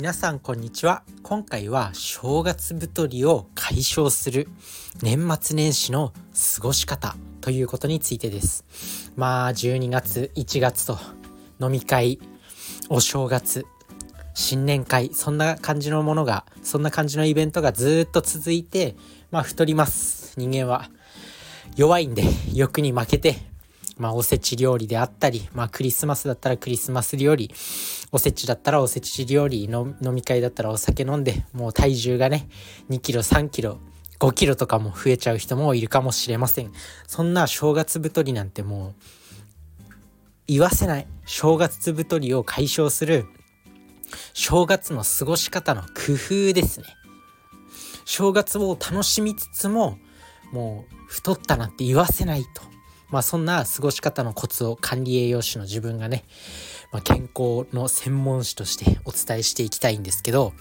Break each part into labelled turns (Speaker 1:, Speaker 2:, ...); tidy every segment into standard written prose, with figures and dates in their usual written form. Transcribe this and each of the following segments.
Speaker 1: 皆さんこんにちは。今回は正月太りを解消する年末年始の過ごし方ということについてです。12月1月と飲み会、お正月、新年会、そんな感じのイベントがずっと続いて、太ります。人間は弱いんで欲に負けて、おせち料理であったり、クリスマスだったらクリスマス料理、おせちだったらおせち料理の飲み会だったらお酒飲んで、もう体重がね2キロ3キロ5キロとかも増えちゃう人もいるかもしれません。そんな正月太りなんてもう言わせない。正月太りを解消する正月の過ごし方の工夫ですね。正月を楽しみつつももう太ったなんて言わせないと、そんな過ごし方のコツを管理栄養士の自分がね、健康の専門誌としてお伝えしていきたいんですけど、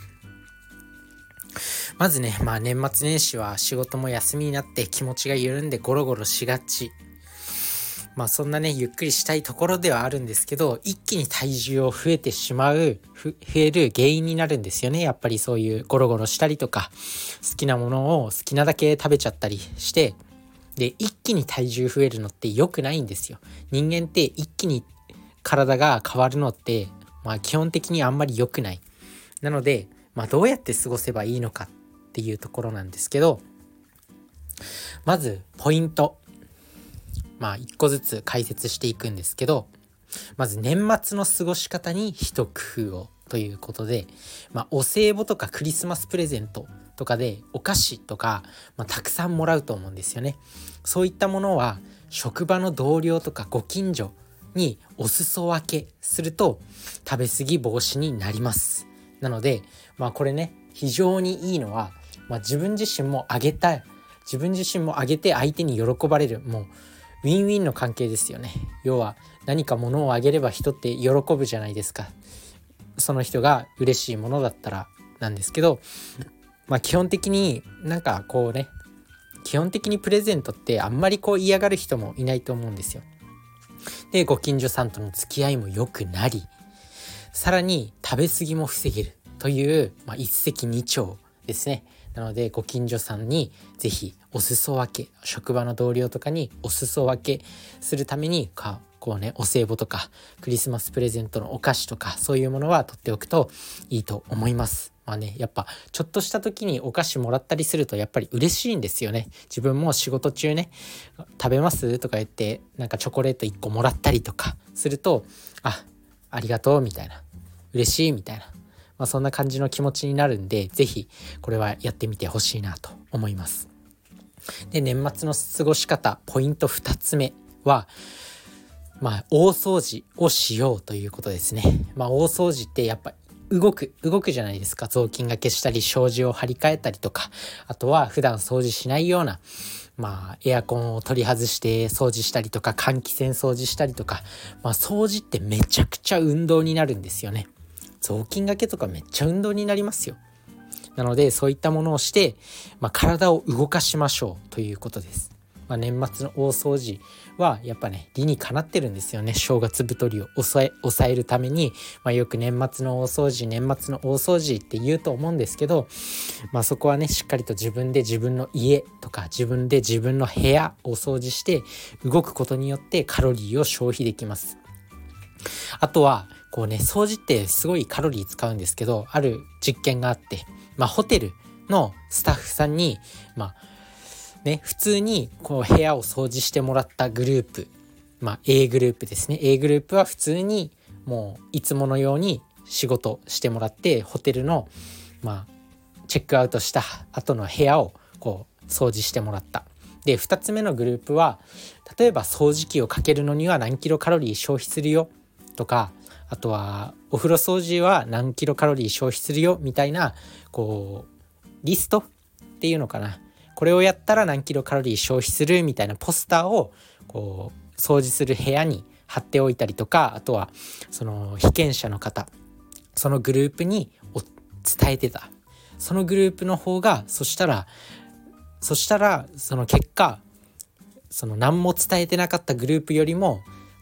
Speaker 1: まずね、年末年始は仕事も休みになって気持ちが緩んでゴロゴロしがち、そんなねゆっくりしたいところではあるんですけど、一気に体重を増える原因になるんですよね。やっぱりそういうゴロゴロしたりとか、好きなものを好きなだけ食べちゃったりして、で一気に体重増えるのって良くないんですよ。人間って一気に体が変わるのって、基本的にあんまり良くない。なので、どうやって過ごせばいいのかっていうところなんですけど、まずポイント、一個ずつ解説していくんですけど、まず年末の過ごし方に一工夫をということで、お歳暮とかクリスマスプレゼントとかでお菓子とか、たくさんもらうと思うんですよね。そういったものは職場の同僚とかご近所にお裾分けすると食べ過ぎ防止になります。なのでこれね、非常にいいのは、自分自身もあげて相手に喜ばれる、もうウィンウィンの関係ですよね。要は何か物をあげれば人って喜ぶじゃないですか。その人が嬉しいものだったらなんですけど、基本的に基本的にプレゼントってあんまり嫌がる人もいないと思うんですよ。で、ご近所さんとの付き合いも良くなり、さらに食べ過ぎも防げるという、一石二鳥ですね。なのでご近所さんにぜひお裾分け、職場の同僚とかにお裾分けするためにお歳暮とかクリスマスプレゼントのお菓子とか、そういうものは取っておくといいと思います。やっぱちょっとした時にお菓子もらったりするとやっぱり嬉しいんですよね。自分も仕事中ね、食べますとか言ってチョコレート1個もらったりとかすると、ありがとうみたいな、嬉しいみたいな、そんな感じの気持ちになるんで、ぜひこれはやってみてほしいなと思います。で、年末の過ごし方ポイント2つ目は大掃除をしようということですね。大掃除ってやっぱ動くじゃないですか。雑巾がけしたり、障子を張り替えたりとか、あとは普段掃除しないようなエアコンを取り外して掃除したりとか、換気扇掃除したりとか、掃除ってめちゃくちゃ運動になるんですよね。雑巾がけとかめっちゃ運動になりますよ。なのでそういったものをして、体を動かしましょうということです。年末の大掃除はやっぱね、理にかなってるんですよね。正月太りを抑えるために、よく年末の大掃除って言うと思うんですけど、そこはね、しっかりと自分で自分の家とか自分で自分の部屋を掃除して動くことによってカロリーを消費できます。あとは掃除ってすごいカロリー使うんですけど、ある実験があって、ホテルのスタッフさんに普通に部屋を掃除してもらったグループ、A グループですね。A グループは普通にもういつものように仕事してもらって、ホテルのチェックアウトした後の部屋を掃除してもらった。で、2つ目のグループは、例えば掃除機をかけるのには何キロカロリー消費するよとか、あとはお風呂掃除は何キロカロリー消費するよみたいなリストっていうのかな、これをやったら何キロカロリー消費するみたいなポスターを掃除する部屋に貼っておいたりとか、あとはその被験者の方、そのグループに伝えてた。そのグループの方がそしたらその結果、その何も伝えてなかったグループよりも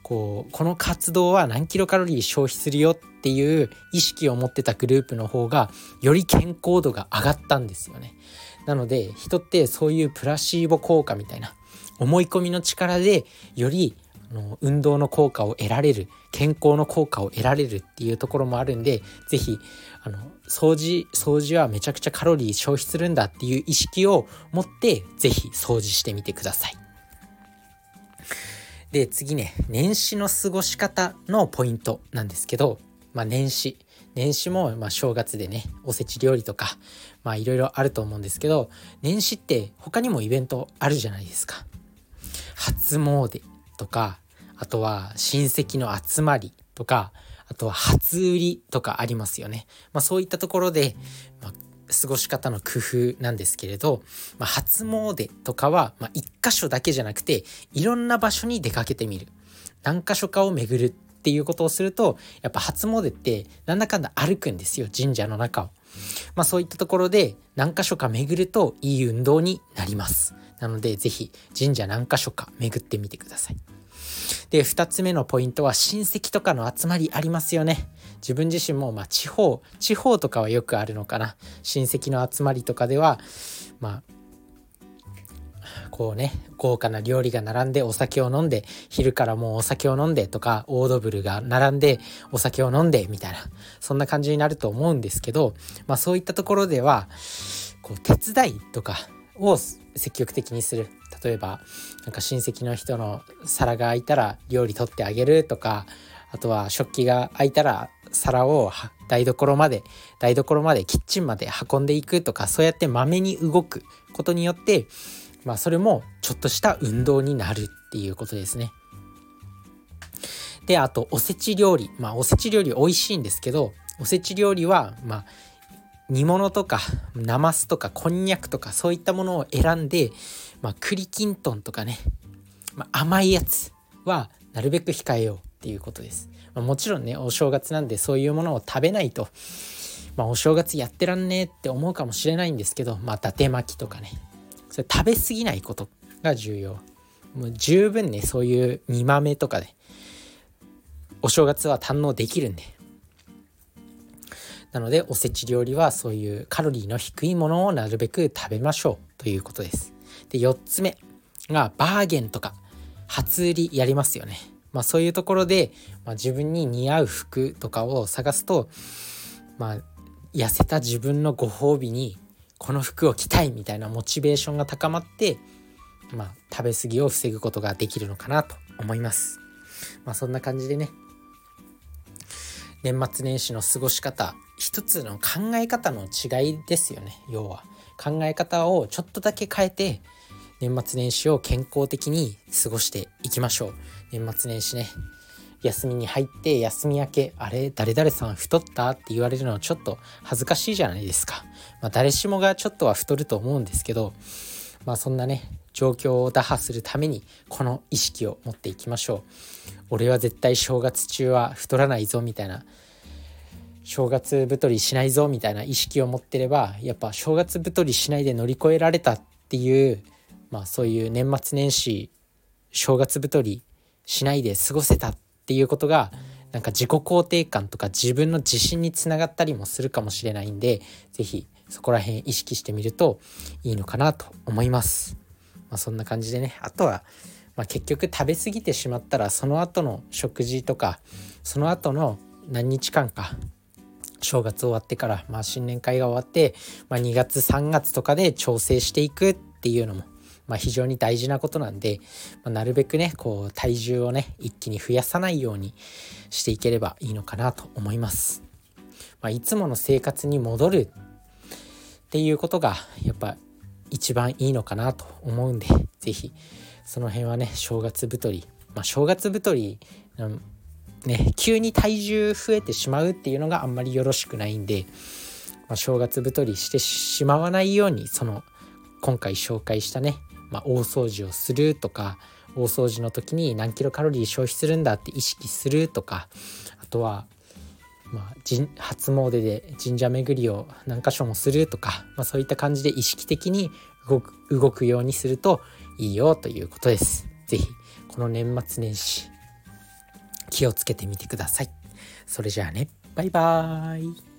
Speaker 1: この活動は何キロカロリー消費するよっていう意識を持ってたグループの方がより健康度が上がったんですよね。なので人ってそういうプラシーボ効果みたいな思い込みの力でより運動の効果を得られる、健康の効果を得られるっていうところもあるんで、ぜひ掃除はめちゃくちゃカロリー消費するんだっていう意識を持ってぜひ掃除してみてください。で次ね、年始の過ごし方のポイントなんですけど、年始も正月でねおせち料理とかいろいろあると思うんですけど、年始って他にもイベントあるじゃないですか。初詣とか、あとは親戚の集まりとか、あとは初売りとかありますよね。そういったところで、過ごし方の工夫なんですけれど、初詣とかは、一箇所だけじゃなくていろんな場所に出かけてみる、何箇所かを巡るっていうことをすると、やっぱ初詣ってなんだかんだ歩くんですよ、神社の中を。そういったところで何箇所か巡るといい運動になります。なのでぜひ神社何箇所か巡ってみてください。で2つ目のポイントは、親戚とかの集まりありますよね。自分自身も地方とかはよくあるのかな。親戚の集まりとかでは豪華な料理が並んでお酒を飲んで、昼からもうお酒を飲んでとか、オードブルが並んでお酒を飲んでみたいな、そんな感じになると思うんですけど、そういったところでは手伝いとかを積極的にする。例えば親戚の人の皿が空いたら料理取ってあげるとか、あとは食器が空いたら皿を台所までキッチンまで運んでいくとか、そうやってまめに動くことによって、それもちょっとした運動になるっていうことですね。であとおせち料理、おせち料理美味しいんですけど、おせち料理は煮物とかなますとかこんにゃくとか、そういったものを選んで、栗きんとんとかね、甘いやつはなるべく控えようっていうことです。もちろんねお正月なんでそういうものを食べないと、お正月やってらんねえって思うかもしれないんですけど、伊達巻きとかね、それ食べ過ぎないことが重要。もう十分ねそういう煮豆とかでお正月は堪能できるんで、なのでおせち料理はそういうカロリーの低いものをなるべく食べましょうということです。で4つ目がバーゲンとか初売りやりますよね。そういうところで、自分に似合う服とかを探すと、痩せた自分のご褒美にこの服を着たいみたいなモチベーションが高まって、食べ過ぎを防ぐことができるのかなと思います。そんな感じでね、年末年始の過ごし方、一つの考え方の違いですよね。要は考え方をちょっとだけ変えて年末年始を健康的に過ごしていきましょう。年末年始ね、休みに入って休み明け、あれ誰々さん太ったって言われるのはちょっと恥ずかしいじゃないですか。誰しもがちょっとは太ると思うんですけど、そんなね状況を打破するためにこの意識を持っていきましょう。俺は絶対正月中は太らないぞみたいな、正月太りしないぞみたいな意識を持ってれば、やっぱ正月太りしないで乗り越えられたっていう、そういう年末年始正月太りしないで過ごせたっていうことが自己肯定感とか自分の自信につながったりもするかもしれないんで、ぜひそこら辺意識してみるといいのかなと思います。そんな感じでね、あとは結局食べ過ぎてしまったらその後の食事とか、その後の何日間か正月終わってから、新年会が終わって、2月3月とかで調整していくっていうのも非常に大事なことなんで、なるべくね体重をね一気に増やさないようにしていければいいのかなと思います。いつもの生活に戻るっていうことがやっぱ一番いいのかなと思うんで、ぜひその辺はね正月太り、急に体重増えてしまうっていうのがあんまりよろしくないんで、正月太りしてしまわないように、今回紹介したね、大掃除をするとか、大掃除の時に何キロカロリー消費するんだって意識するとか、あとは初詣で神社巡りを何箇所もするとか、そういった感じで意識的に動くようにするといいよということです。ぜひこの年末年始気をつけてみてください。それじゃあね、バイバーイ。